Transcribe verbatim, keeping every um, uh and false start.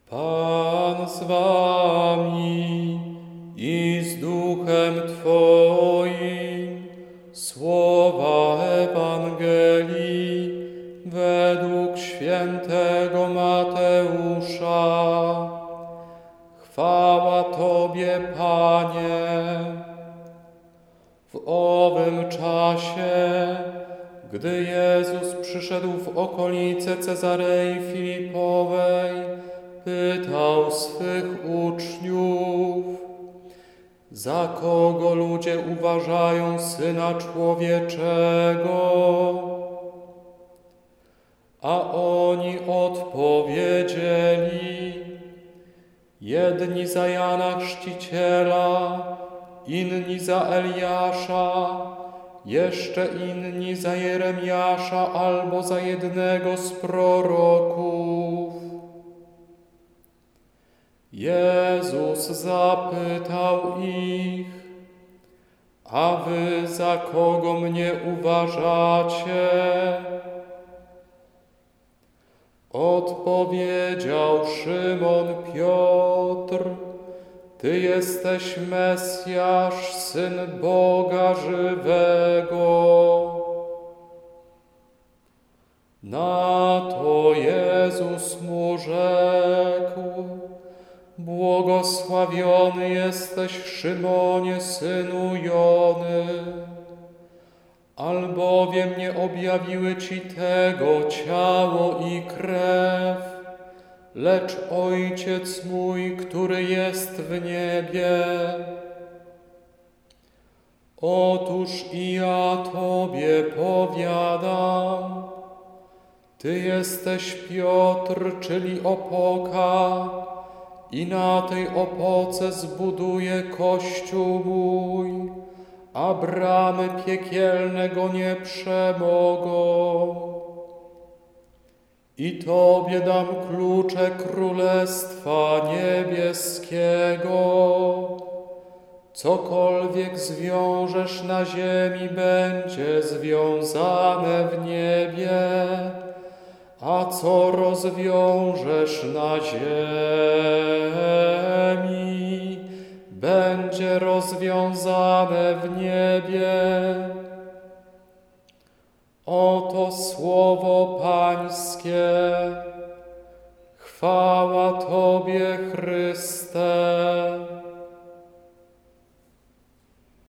Pan z wami i z duchem Twoim. Słowa Ewangelii według świętego Mateusza. Chwała Tobie, Panie. W owym czasie, gdy Jezus przyszedł w okolice Cezarei Filipowej, pytał swych uczniów: za kogo ludzie uważają Syna Człowieczego? A oni odpowiedzieli: jedni za Jana Chrzciciela, inni za Eliasza, jeszcze inni za Jeremiasza albo za jednego z proroków. Jezus zapytał ich: a wy za kogo mnie uważacie? Odpowiedział Szymon Piotr: Ty jesteś Mesjasz, Syn Boga żywego. Na to Jezus mu rzekł: błogosławiony jesteś, Szymonie, synu Jony, albowiem nie objawiły ci tego ciało i krew, lecz Ojciec mój, który jest w niebie. Otóż i ja Tobie powiadam, Ty jesteś Piotr, czyli opoka, i na tej opoce zbuduję Kościół mój, a bramy piekielne go nie przemogą. I Tobie dam klucze Królestwa Niebieskiego. Cokolwiek zwiążesz na ziemi, będzie związane w niebie, a co rozwiążesz na ziemi, będzie rozwiązane w niebie. Oto słowo Pańskie. Chwała Tobie, Chryste.